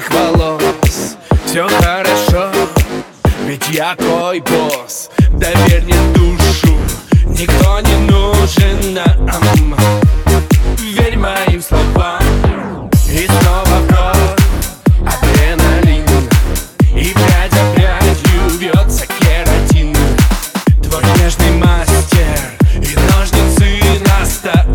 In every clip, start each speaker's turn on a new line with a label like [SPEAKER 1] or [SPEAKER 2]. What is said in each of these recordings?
[SPEAKER 1] твоих волос. Все хорошо, ведь я твой босс. Доверь мне душу, никто не нужен нам. Верь моим словам. И снова кровь, адреналин, и прядь за прядью вьется кератин. Твой нежный мастер и ножницы на старт.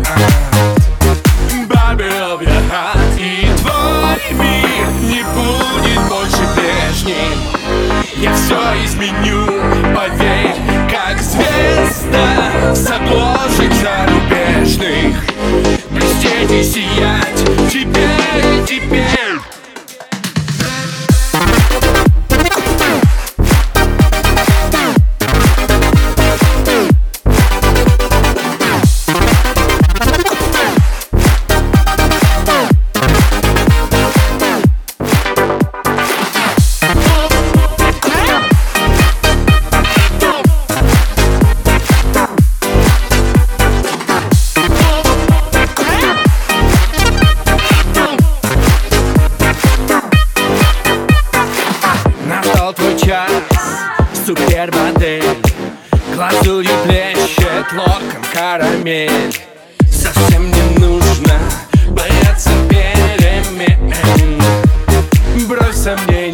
[SPEAKER 1] Барби of your heart. И твой мир не будет больше прежним. Я все изменю, поверь, как звезда с обложек зарубежных. Блестеть и сиять теперь, теперь. Твой час, супермодель, глазурью плещет локон карамель. Совсем не нужно бояться перемен. Брось сомнения.